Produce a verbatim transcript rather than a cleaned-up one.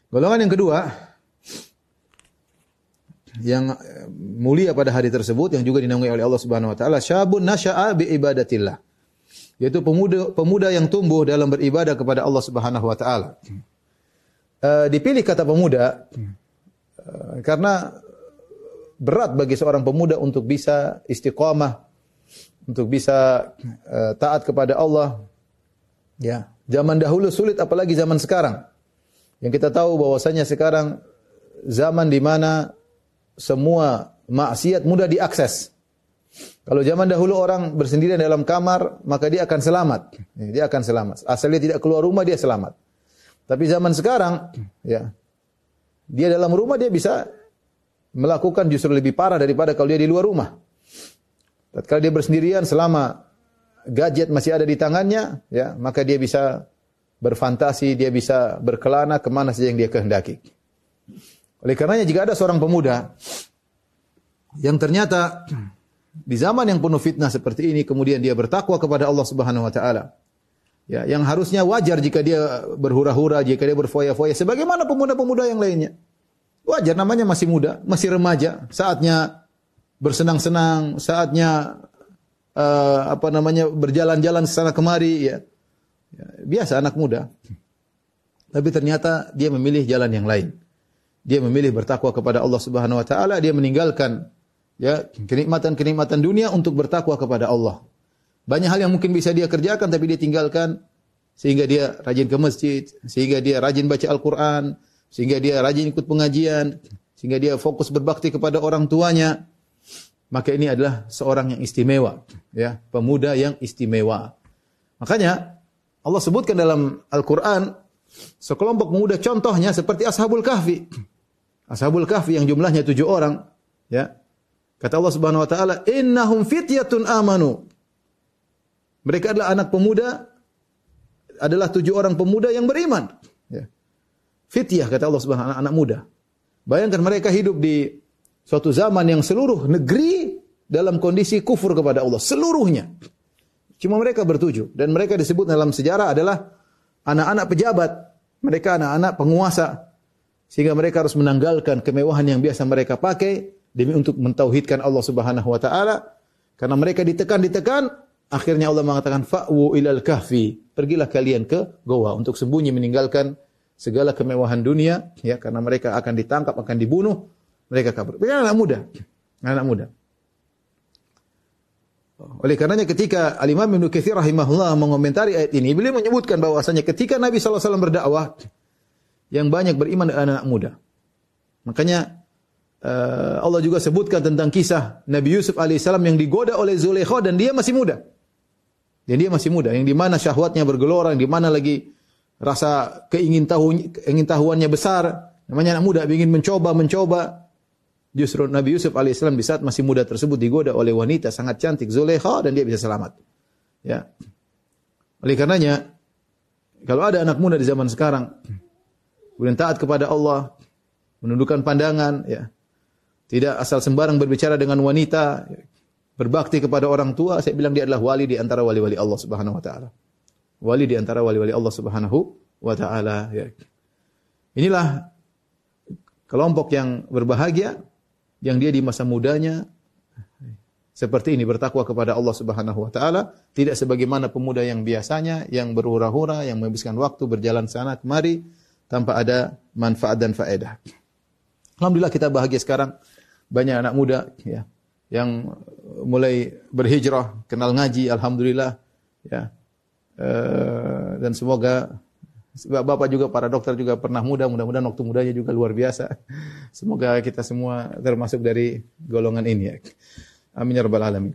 Golongan yang kedua yang mulia pada hari tersebut yang juga dinaungi oleh Allah Subhanahu wa taala, syabun nasya'a bi ibadatillah. Yaitu pemuda pemuda yang tumbuh dalam beribadah kepada Allah Subhanahu wa taala. Uh, dipilih kata pemuda uh, karena berat bagi seorang pemuda untuk bisa istiqamah, untuk bisa uh, taat kepada Allah. Ya, zaman dahulu sulit apalagi zaman sekarang. Yang kita tahu bahwasanya sekarang zaman di mana semua maksiat mudah diakses. Kalau zaman dahulu orang bersendirian dalam kamar, maka dia akan selamat. Dia akan selamat. Asal dia tidak keluar rumah, dia selamat. Tapi zaman sekarang, ya, dia dalam rumah dia bisa melakukan justru lebih parah daripada kalau dia di luar rumah. Tatkala dia bersendirian selama gadget masih ada di tangannya, ya, maka dia bisa berfantasi, dia bisa berkelana kemana saja yang dia kehendaki. Oleh karenanya jika ada seorang pemuda yang ternyata di zaman yang penuh fitnah seperti ini kemudian dia bertakwa kepada Allah Subhanahu wa taala, ya, yang harusnya wajar jika dia berhura-hura, jika dia berfoya-foya sebagaimana pemuda-pemuda yang lainnya. Wajar, namanya masih muda, masih remaja, saatnya bersenang-senang, saatnya uh, apa namanya berjalan-jalan sana kemari, ya. Ya, biasa anak muda. Tapi ternyata dia memilih jalan yang lain. Dia memilih bertakwa kepada Allah Subhanahu wa taala, dia meninggalkan, ya, kenikmatan-kenikmatan dunia untuk bertakwa kepada Allah. Banyak hal yang mungkin bisa dia kerjakan tapi dia tinggalkan sehingga dia rajin ke masjid, sehingga dia rajin baca Al-Qur'an, sehingga dia rajin ikut pengajian, sehingga dia fokus berbakti kepada orang tuanya. Maka ini adalah seorang yang istimewa, ya, pemuda yang istimewa. Makanya Allah sebutkan dalam Al-Qur'an sekelompok pemuda contohnya seperti Ashabul Kahfi. Ashabul Kahfi yang jumlahnya tujuh orang, ya. Kata Allah Subhanahu wa taala, "Innahum fityatun amanu." Mereka adalah anak pemuda, adalah tujuh orang pemuda yang beriman, ya. Fityah kata Allah Subhanahu wa taala, anak muda. Bayangkan mereka hidup di suatu zaman yang seluruh negeri dalam kondisi kufur kepada Allah, seluruhnya. Cuma mereka bertujuh dan mereka disebut dalam sejarah adalah anak-anak pejabat, mereka anak-anak penguasa. Sehingga mereka harus menanggalkan kemewahan yang biasa mereka pakai demi untuk mentauhidkan Allah Subhanahu wa taala. Karena mereka ditekan-ditekan, akhirnya Allah mengatakan fa'wu ilal kahfi. Pergilah kalian ke goa untuk sembunyi meninggalkan segala kemewahan dunia, ya, karena mereka akan ditangkap, akan dibunuh, mereka kabur. Mereka anak muda, anak muda. Oleh karenanya ketika Al-Imam Ibnu Katsir rahimahullah mengomentari ayat ini, beliau menyebutkan bahwasanya ketika Nabi sallallahu alaihi wasallam berdakwah, yang banyak beriman adalah anak muda. Makanya uh, Allah juga sebutkan tentang kisah Nabi Yusuf alaihissalam yang digoda oleh Zulaikha dan dia masih muda. Dan dia masih muda, yang di mana syahwatnya bergelora, yang di mana lagi rasa keingin tahu ingin tahuannya besar. Namanya anak muda, ingin mencoba, mencoba. Justru Nabi Yusuf alaihissalam di saat masih muda tersebut digoda oleh wanita sangat cantik Zulaikha dan dia bisa selamat. Ya. Oleh karenanya kalau ada anak muda di zaman sekarang kemudian taat kepada Allah, menundukkan pandangan, ya, tidak asal sembarang berbicara dengan wanita, berbakti kepada orang tua, saya bilang dia adalah wali di antara wali-wali Allah Subhanahu wa taala. Wali di antara wali-wali Allah Subhanahu wa taala, ya. Inilah kelompok yang berbahagia yang dia di masa mudanya seperti ini bertakwa kepada Allah Subhanahu wa taala, tidak sebagaimana pemuda yang biasanya yang berhura-hura, yang menghabiskan waktu berjalan sana kemari tanpa ada manfaat dan faedah. Alhamdulillah kita bahagia sekarang banyak anak muda, ya, yang mulai berhijrah, kenal ngaji, alhamdulillah, ya. E, dan semoga Bapak juga, para dokter juga pernah muda, mudah-mudahan waktu mudanya juga luar biasa. Semoga kita semua termasuk dari golongan ini, ya. Amin ya rabbal alamin.